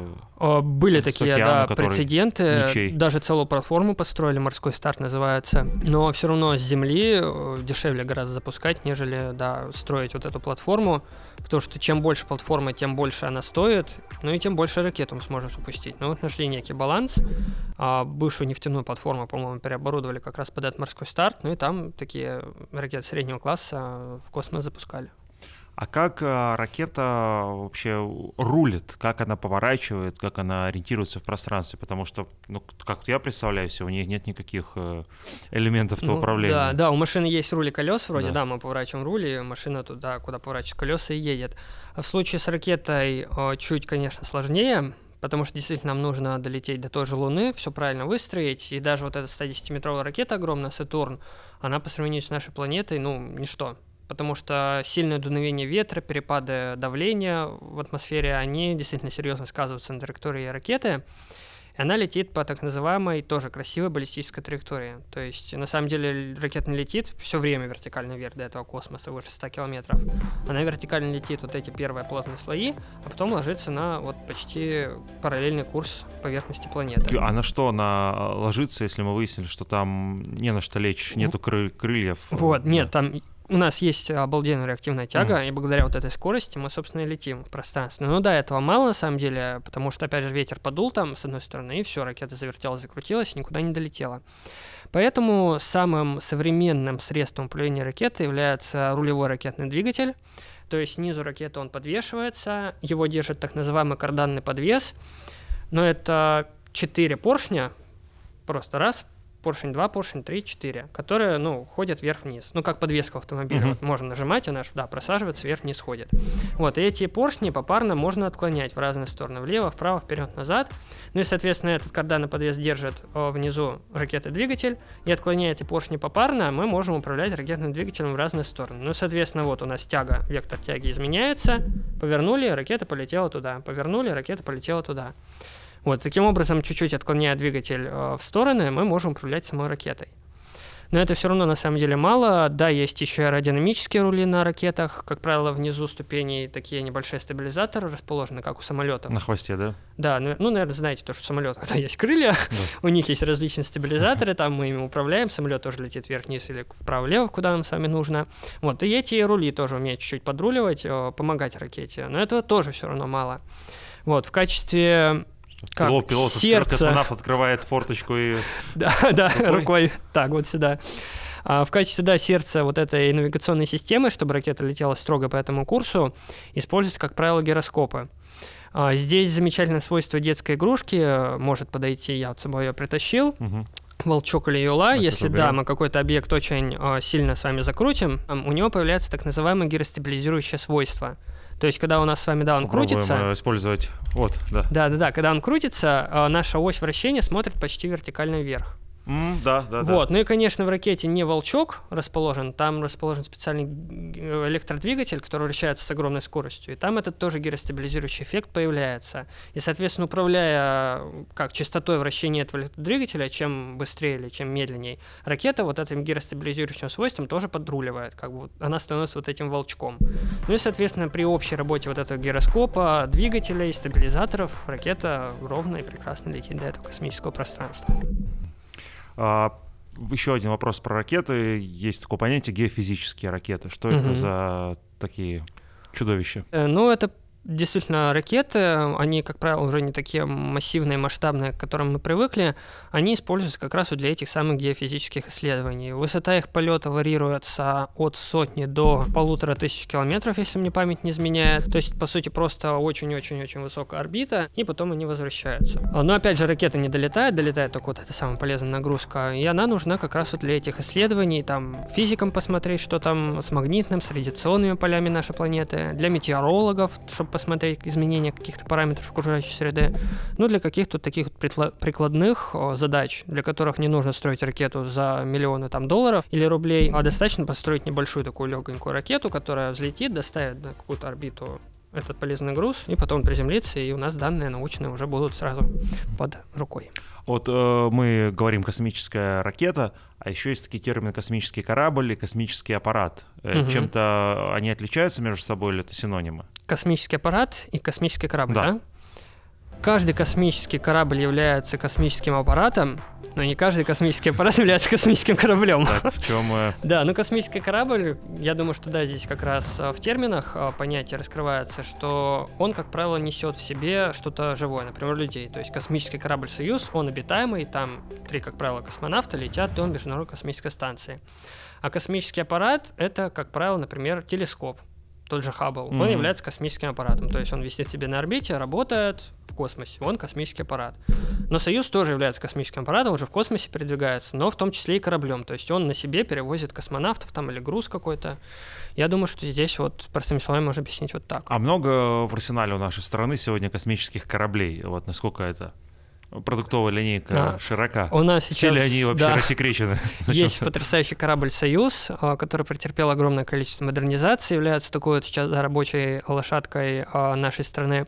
[SPEAKER 2] Были такие, прецеденты. Ничей. Даже целую платформу построили, «Морской старт» называется. Но все равно с Земли дешевле гораздо запускать, нежели строить эту платформу. Потому что чем больше платформа, тем больше она стоит, и тем больше ракету мы сможем запустить. Нашли некий баланс. Бывшую нефтяную платформу, по-моему, переоборудовали как раз под этот «Морской старт». И там такие ракеты среднего класса в космос запускали.
[SPEAKER 1] А как ракета вообще рулит, как она поворачивает, как она ориентируется в пространстве? Потому что, как я представляю себе, у нее нет никаких элементов управления.
[SPEAKER 2] Да, у машины есть руль и колес вроде, мы поворачиваем руль, и машина туда, куда поворачивают колеса, и едет. А в случае с ракетой чуть, конечно, сложнее, потому что действительно нам нужно долететь до той же Луны, все правильно выстроить, и даже эта 110-метровая ракета огромная, «Сатурн», она по сравнению с нашей планетой, ничто. потому что сильное дуновение ветра, перепады давления в атмосфере, они действительно серьезно сказываются на траектории ракеты. И она летит по так называемой тоже красивой баллистической траектории. То есть, на самом деле, ракета не летит все время вертикально вверх до этого космоса, выше 100 километров. Она вертикально летит вот эти первые плотные слои, а потом ложится на вот почти параллельный курс поверхности планеты.
[SPEAKER 1] А на что она ложится, если мы выяснили, что там не на что лечь, нету крыльев?
[SPEAKER 2] Вот, нет, там... У нас есть обалденная реактивная тяга, и благодаря вот этой скорости мы, собственно, и летим в пространстве. Но да, этого мало, на самом деле, потому что, опять же, ветер подул там, с одной стороны, и все, ракета завертелась, закрутилась, никуда не долетела. Поэтому самым современным средством управления ракетой является рулевой ракетный двигатель. То есть снизу ракеты он подвешивается, его держит так называемый карданный подвес, но это 4 поршня, просто раз, поршень 2, поршень 3, 4, которые, ходят вверх-вниз. Как подвеска в автомобиле. Вот можно нажимать, она просаживается, вверх-вниз ходит. Вот, и эти поршни попарно можно отклонять в разные стороны. Влево, вправо, вперед, назад. И, соответственно, этот карданный подвес держит внизу ракеты-двигатель, и отклоняя эти поршни попарно, мы можем управлять ракетным двигателем в разные стороны. Соответственно, вот у нас тяга, вектор тяги изменяется. Повернули, ракета полетела туда. Повернули, ракета полетела туда. Вот, таким образом, чуть-чуть отклоняя двигатель в стороны, мы можем управлять самой ракетой. Но это все равно на самом деле мало. Да, есть еще и аэродинамические рули на ракетах. Как правило, внизу ступеней такие небольшие стабилизаторы расположены, как у самолетов.
[SPEAKER 1] На хвосте, да?
[SPEAKER 2] Да, наверное, знаете, то, что в самолетах, когда есть крылья, у них есть различные стабилизаторы, там мы ими управляем, самолет тоже летит вверх-вниз или вправо-лево, куда нам с вами нужно. Вот, и эти рули тоже умеют чуть-чуть подруливать, помогать ракете. Но этого тоже все равно мало. Вот, в качестве...
[SPEAKER 1] Пилот, космонавт открывает форточку и...
[SPEAKER 2] Да, рукой так вот сюда. В качестве, сердца вот этой навигационной системы, чтобы ракета летела строго по этому курсу, используются, как правило, гироскопы. Здесь замечательное свойство детской игрушки может подойти, я вот с собой ее притащил. Волчок или юла, если мы какой-то объект очень сильно с вами закрутим, у него появляется так называемое гиростабилизирующее свойство. То есть, когда у нас с вами, он крутится...
[SPEAKER 1] использовать. Вот, да.
[SPEAKER 2] Да. Когда он крутится, наша ось вращения смотрит почти вертикально вверх.
[SPEAKER 1] Да.
[SPEAKER 2] Вот. Ну и, конечно, в ракете не волчок расположен, там расположен специальный электродвигатель, который вращается с огромной скоростью, и там этот тоже гиростабилизирующий эффект появляется. И, соответственно, управляя частотой вращения этого электродвигателя, чем быстрее или чем медленнее, ракета вот этим гиростабилизирующим свойством тоже подруливает, она становится вот этим волчком. Ну и, соответственно, при общей работе вот этого гироскопа, двигателя и стабилизаторов ракета ровно и прекрасно летит до этого космического пространства.
[SPEAKER 1] Еще один вопрос про ракеты. Есть такое понятие геофизические ракеты. Что это за такие чудовища?
[SPEAKER 2] Это действительно ракеты, они, как правило, уже не такие массивные, масштабные, к которым мы привыкли, они используются как раз для этих самых геофизических исследований. Высота их полета варьируется от 100 до 1500 километров, если мне память не изменяет. То есть, по сути, просто очень-очень-очень высокая орбита, и потом они возвращаются. Но, опять же, ракета не долетает только вот эта самая полезная нагрузка, и она нужна как раз для этих исследований, там, физикам посмотреть, что там с магнитным, с радиационными полями нашей планеты, для метеорологов, чтобы посмотреть изменения каких-то параметров окружающей среды, для каких-то таких прикладных задач, для которых не нужно строить ракету за миллионы долларов или рублей, а достаточно построить небольшую такую легонькую ракету, которая взлетит, доставит на какую-то орбиту этот полезный груз, и потом приземлится, и у нас данные научные уже будут сразу под рукой.
[SPEAKER 1] Вот мы говорим космическая ракета, а еще есть такие термины космический корабль и космический аппарат. Чем-то они отличаются между собой или это синонимы?
[SPEAKER 2] Космический аппарат и космический корабль, да? Каждый космический корабль является космическим аппаратом, но не каждый космический аппарат является космическим кораблем.
[SPEAKER 1] Так, в чем...
[SPEAKER 2] Да, космический корабль, я думаю, что здесь как раз в терминах понятие раскрывается, что он, как правило, несет в себе что-то живое, например, людей. То есть космический корабль «Союз», он обитаемый, там 3, как правило, космонавта летят до Международной космической станции. А космический аппарат — это, как правило, например, телескоп. Тот же Хаббл, он является космическим аппаратом, то есть он висит себе на орбите, работает в космосе, он космический аппарат. Но Союз тоже является космическим аппаратом, уже в космосе передвигается, но в том числе и кораблем, то есть он на себе перевозит космонавтов или груз какой-то. Я думаю, что здесь простыми словами можно объяснить вот так.
[SPEAKER 1] А много в арсенале у нашей страны сегодня космических кораблей? Насколько это продуктовая линейка широка.
[SPEAKER 2] У нас сейчас,
[SPEAKER 1] все ли они вообще рассекречены?
[SPEAKER 2] Есть потрясающий корабль «Союз», который претерпел огромное количество модернизаций, является такой вот сейчас рабочей лошадкой нашей страны.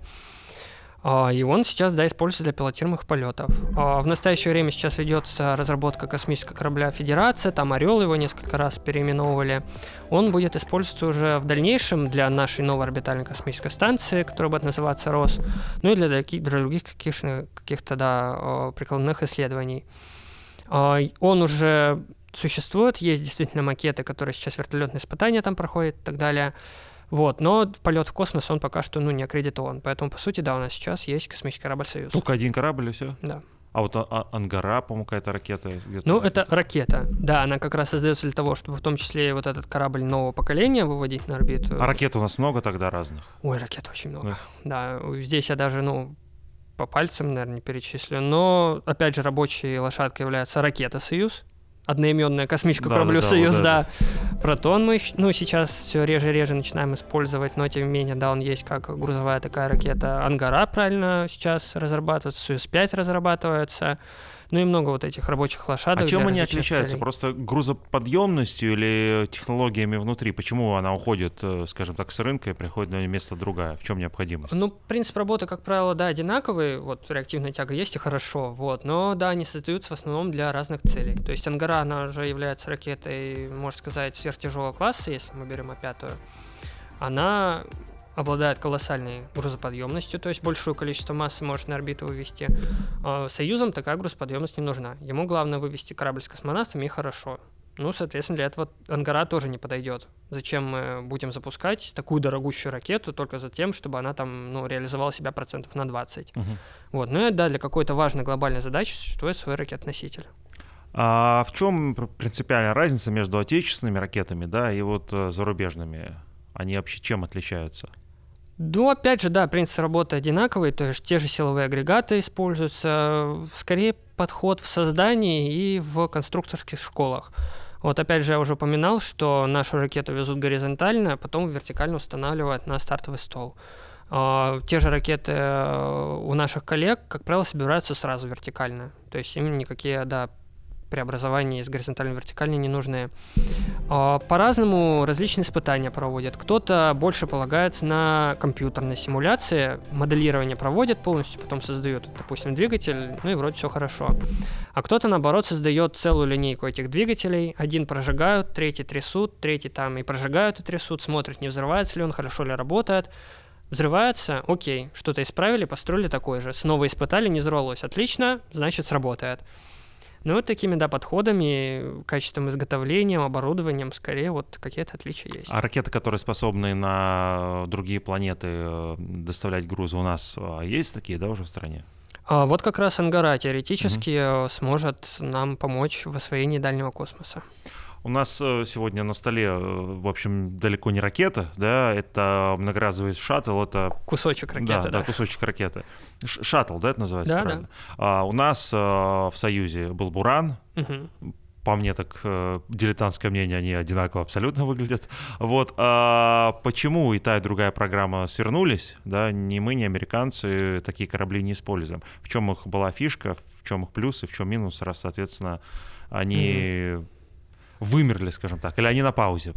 [SPEAKER 2] И он сейчас, используется для пилотируемых полетов. В настоящее время сейчас ведется разработка космического корабля «Федерация», там «Орел» его несколько раз переименовывали. Он будет использоваться уже в дальнейшем для нашей новой орбитальной космической станции, которая будет называться «Рос», ну и для других каких-то прикладных исследований. Он уже существует, есть действительно макеты, которые сейчас вертолетные испытания там проходят и так далее. Вот, но полет в космос он пока что не аккредитован. Поэтому, по сути, у нас сейчас есть космический корабль «Союз».
[SPEAKER 1] Только один корабль и все?
[SPEAKER 2] Да.
[SPEAKER 1] А вот «Ангара», по-моему, какая-то ракета?
[SPEAKER 2] Это ракета. Да, она как раз создается для того, чтобы в том числе вот этот корабль нового поколения выводить на орбиту.
[SPEAKER 1] А ракет у нас много тогда разных?
[SPEAKER 2] Ой, ракет очень много. Да, здесь я даже, по пальцам, наверное, не перечислю. Но, опять же, рабочей лошадкой является ракета «Союз». Одноименная космическому кораблю «Союз», да. «Протон» мы сейчас все реже и реже начинаем использовать, но тем не менее, он есть как грузовая такая ракета. «Ангара» правильно сейчас разрабатывается, «Союз-5» разрабатывается. Ну и много вот этих рабочих лошадок.
[SPEAKER 1] А чем они отличаются? Целей. Просто грузоподъемностью или технологиями внутри? Почему она уходит, скажем так, с рынка и приходит на место другая? В чем необходимость?
[SPEAKER 2] Принцип работы, как правило, одинаковый. Вот реактивная тяга есть и хорошо, но они создаются в основном для разных целей. То есть «Ангара», она же является ракетой, можно сказать, сверхтяжелого класса, если мы берем А5. Она обладает колоссальной грузоподъемностью, то есть большое количество массы может на орбиту вывести. «Союзам» такая грузоподъемность не нужна. Ему главное вывести корабль с космонавтами и хорошо. Соответственно, для этого «Ангара» тоже не подойдет. Зачем мы будем запускать такую дорогущую ракету только за тем, чтобы она там реализовала себя процентов на 20? Вот. Для какой-то важной глобальной задачи существует свой ракет-носитель.
[SPEAKER 1] А в чем принципиальная разница между отечественными ракетами, и вот зарубежными? Они вообще чем отличаются?
[SPEAKER 2] Опять же, принцип работы одинаковый, то есть те же силовые агрегаты используются, скорее подход в создании и в конструкторских школах. Вот опять же я уже упоминал, что нашу ракету везут горизонтально, а потом вертикально устанавливают на стартовый стол. Те же ракеты у наших коллег, как правило, собираются сразу вертикально, то есть им никакие, преобразования из горизонтальной в вертикальной не нужны. По-разному различные испытания проводят. Кто-то больше полагается на компьютерные симуляции, моделирование проводит полностью, потом создает, допустим, двигатель, и вроде все хорошо. А кто-то, наоборот, создает целую линейку этих двигателей. Один прожигают, третий трясут, третий и прожигают, и трясут, смотрят, не взрывается ли он, хорошо ли работает. Взрывается, окей, что-то исправили, построили такой же. Снова испытали, не взорвалось. Отлично, значит, сработает. Такими, подходами, качеством изготовления, оборудованием, скорее, какие-то отличия есть.
[SPEAKER 1] А ракеты, которые способны на другие планеты доставлять грузы, у нас есть такие, уже в стране?
[SPEAKER 2] Вот как раз «Ангара» теоретически сможет нам помочь в освоении дальнего космоса.
[SPEAKER 1] У нас сегодня на столе, в общем, далеко не ракета, это многоразовый шаттл, это...
[SPEAKER 2] Кусочек ракеты,
[SPEAKER 1] да, кусочек ракеты. Шаттл, это называется правильно? Да. У нас в «Союзе» был «Буран». По мне, так дилетантское мнение, они одинаково абсолютно выглядят. Почему и та, и другая программа свернулись, ни мы, ни американцы такие корабли не используем? В чем их была фишка, в чем их плюсы, в чем минус, раз, соответственно, они... вымерли, скажем так, или они на паузе?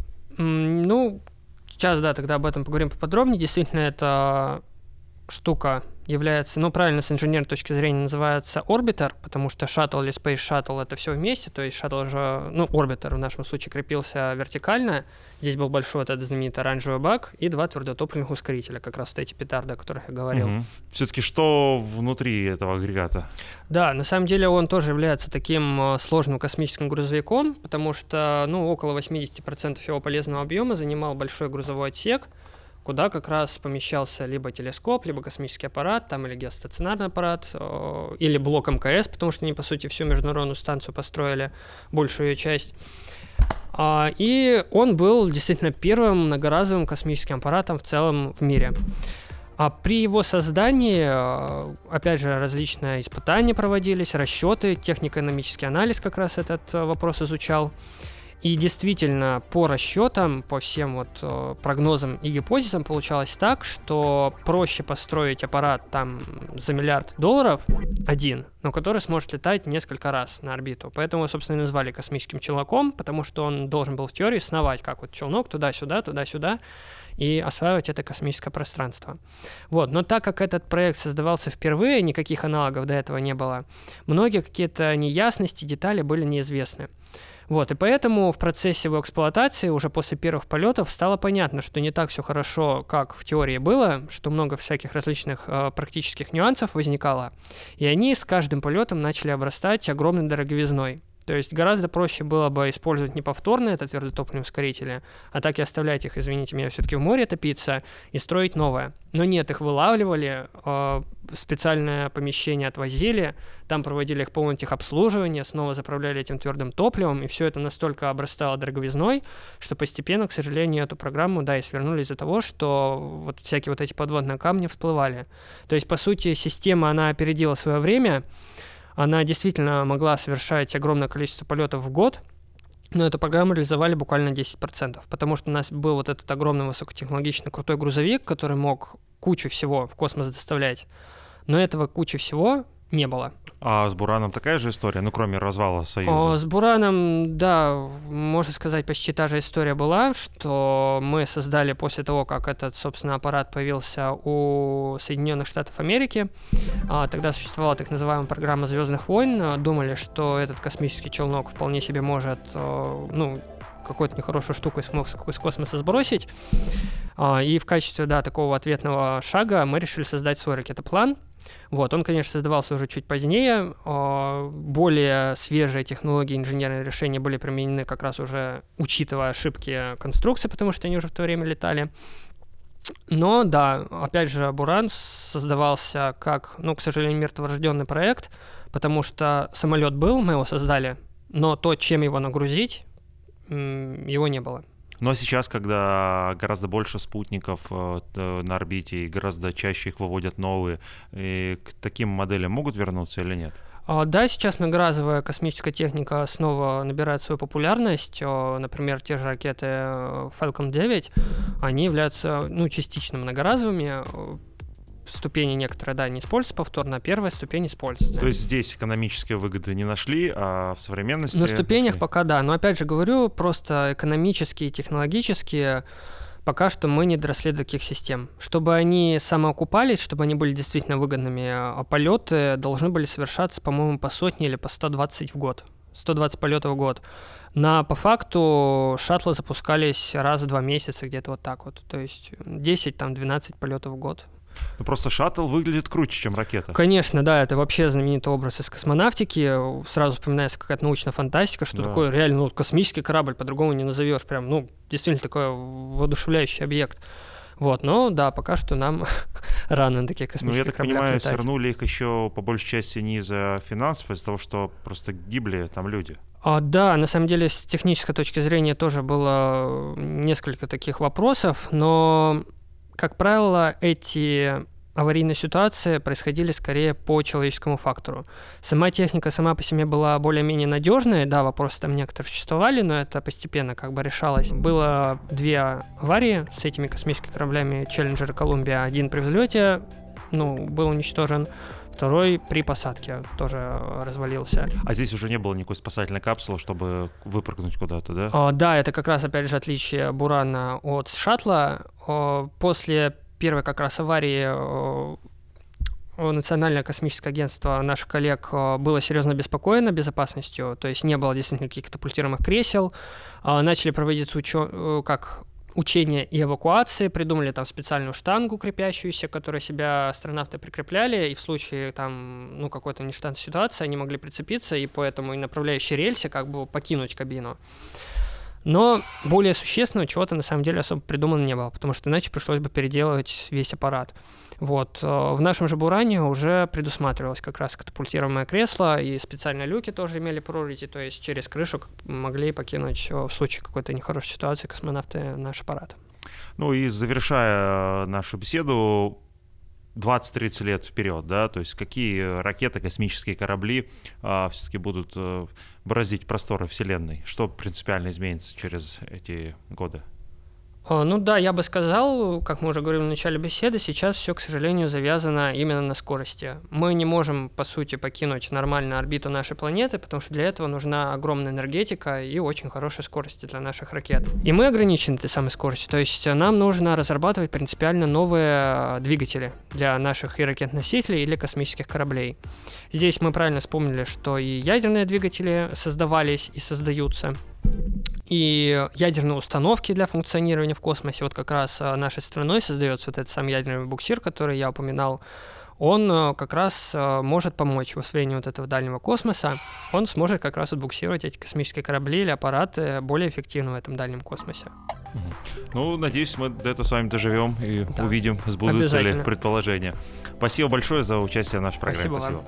[SPEAKER 2] Сейчас, тогда об этом поговорим поподробнее. Действительно, эта штука является, правильно, с инженерной точки зрения называется орбитер, потому что шаттл или Space Shuttle — это все вместе, то есть шаттл же, орбитер в нашем случае крепился вертикально, здесь был большой этот знаменитый оранжевый бак и 2 твердотопливных ускорителя, как раз эти петарды, о которых я говорил.
[SPEAKER 1] Все-таки что внутри этого агрегата?
[SPEAKER 2] Да, на самом деле он тоже является таким сложным космическим грузовиком, потому что, около 80% его полезного объема занимал большой грузовой отсек, куда как раз помещался либо телескоп, либо космический аппарат, или геостационарный аппарат, или блок МКС, потому что они, по сути, всю международную станцию построили, большую ее часть. И он был действительно первым многоразовым космическим аппаратом в целом в мире. При его создании, опять же, различные испытания проводились, расчеты, технико-экономический анализ как раз этот вопрос изучал. И действительно, по расчетам, по всем вот прогнозам и гипотезам получалось так, что проще построить аппарат там за $1 миллиард один, но который сможет летать несколько раз на орбиту. Поэтому, собственно, и назвали космическим челноком, потому что он должен был в теории сновать, как вот челнок, туда-сюда, и осваивать это космическое пространство. Вот. Но так как этот проект создавался впервые, никаких аналогов до этого не было, многие какие-то неясности, детали были неизвестны. Вот, и поэтому в процессе его эксплуатации уже после первых полетов стало понятно, что не так все хорошо, как в теории было, что много всяких различных практических нюансов возникало, и они с каждым полетом начали обрастать огромной дороговизной. То есть гораздо проще было бы использовать не повторно это твердотопливные ускорители, а так и оставлять их, извините меня, все-таки в море топиться и строить новое. Но нет, их вылавливали, специальное помещение отвозили, там проводили их полное техобслуживание, снова заправляли этим твердым топливом, и все это настолько обрастало дороговизной, что постепенно, к сожалению, эту программу, да, и свернули из-за того, что вот всякие вот эти подводные камни всплывали. То есть, по сути, система, она опередила свое время. Она действительно могла совершать огромное количество полетов в год, но эту программу реализовали буквально 10%, потому что у нас был вот этот огромный высокотехнологичный крутой грузовик, который мог кучу всего в космос доставлять, но этого кучи всего не было.
[SPEAKER 1] А с Бураном такая же история, ну, кроме развала Союза?
[SPEAKER 2] С Бураном, да, можно сказать, почти та же история была, что мы создали после того, как этот, собственно, аппарат появился у Соединенных Штатов Америки. Тогда существовала так называемая программа «Звездных войн». Думали, что этот космический челнок вполне себе может, какую-то нехорошую штуку из космоса сбросить. И в качестве, да, такого ответного шага мы решили создать свой ракетоплан. Вот, он, конечно, создавался уже чуть позднее. Более свежие технологии, инженерные решения были применены как раз уже учитывая ошибки конструкции, потому что они уже в то время летали. Но, да, опять же, Буран создавался как, к сожалению, мертворожденный проект, потому что самолет был, мы его создали, но то, чем его нагрузить, его не было.
[SPEAKER 1] Ну а сейчас, когда гораздо больше спутников на орбите и гораздо чаще их выводят новые, и к таким моделям могут вернуться или нет?
[SPEAKER 2] Да, сейчас многоразовая космическая техника снова набирает свою популярность. Например, те же ракеты Falcon 9, они являются частично многоразовыми. Ступени некоторые, да, не используются повторно, а первая ступень используется.
[SPEAKER 1] То есть здесь экономические выгоды не нашли, а в современности...
[SPEAKER 2] На ступенях пока да, но опять же говорю, просто экономические и технологические пока что мы не доросли до таких систем. Чтобы они самоокупались, чтобы они были действительно выгодными, а полеты должны были совершаться, по-моему, по 100 или по 120 в год. 120 полетов в год. По факту шаттлы запускались раз в 2 месяца, где-то вот так вот. То есть 10-12 полетов в год.
[SPEAKER 1] Ну просто шаттл выглядит круче, чем ракета.
[SPEAKER 2] Конечно, да, это вообще знаменитый образ из космонавтики. Сразу вспоминается какая-то научная фантастика, что такое реально космический корабль, по-другому не назовешь. Прям, действительно такой воодушевляющий объект. Вот, но да, пока что нам рано на такие космические корабли летать.
[SPEAKER 1] Я так понимаю, свернули их еще по большей части не из-за финансов, а из-за того, что просто гибли там люди.
[SPEAKER 2] Да, на самом деле, с технической точки зрения тоже было несколько таких вопросов, но, как правило, эти аварийные ситуации происходили скорее по человеческому фактору. Сама техника сама по себе была более-менее надежная, да, вопросы там некоторые существовали, но это постепенно как бы решалось. Было 2 аварии с этими космическими кораблями Челленджер и Колумбия. Один при взлете, был уничтожен, второй при посадке тоже развалился.
[SPEAKER 1] А здесь уже не было никакой спасательной капсулы, чтобы выпрыгнуть куда-то, да?
[SPEAKER 2] Да, это как раз, опять же, отличие Бурана от шаттла. После первой как раз аварии Национальное космическое агентство наших коллег было серьезно обеспокоено безопасностью, то есть не было действительно каких-то катапультируемых кресел. Начали проводиться учения и эвакуации, придумали там специальную штангу крепящуюся, к которой себя астронавты прикрепляли, и в случае там, какой-то нештатной ситуации они могли прицепиться и по этому и направляющей рельсе как бы покинуть кабину. Но более существенного чего-то на самом деле особо придумано не было, потому что иначе пришлось бы переделывать весь аппарат. Вот. В нашем же Буране уже предусматривалось как раз катапультируемое кресло, и специальные люки тоже имели прорези, то есть через крышу могли покинуть в случае какой-то нехорошей ситуации космонавты наш аппарат.
[SPEAKER 1] И завершая нашу беседу, 20-30 лет вперед, да, то есть какие ракеты, космические корабли все-таки будут бороздить просторы Вселенной? Что принципиально изменится через эти годы?
[SPEAKER 2] Ну да, я бы сказал, как мы уже говорили в начале беседы, сейчас все, к сожалению, завязано именно на скорости. Мы не можем, по сути, покинуть нормальную орбиту нашей планеты, потому что для этого нужна огромная энергетика и очень хорошая скорость для наших ракет. И мы ограничены этой самой скоростью, то есть нам нужно разрабатывать принципиально новые двигатели для наших и ракет-носителей, или космических кораблей. Здесь мы правильно вспомнили, что и ядерные двигатели создавались и создаются, и ядерные установки для функционирования в космосе. Вот как раз нашей страной создается вот этот сам ядерный буксир, который я упоминал. Он как раз может помочь в освоении вот этого дальнего космоса. Он сможет как раз отбуксировать эти космические корабли или аппараты более эффективно в этом дальнем космосе.
[SPEAKER 1] Ну, надеюсь, мы до этого с вами доживем и увидим, сбудутся ли предположения. Спасибо большое за участие в нашей программе.
[SPEAKER 2] Спасибо вам.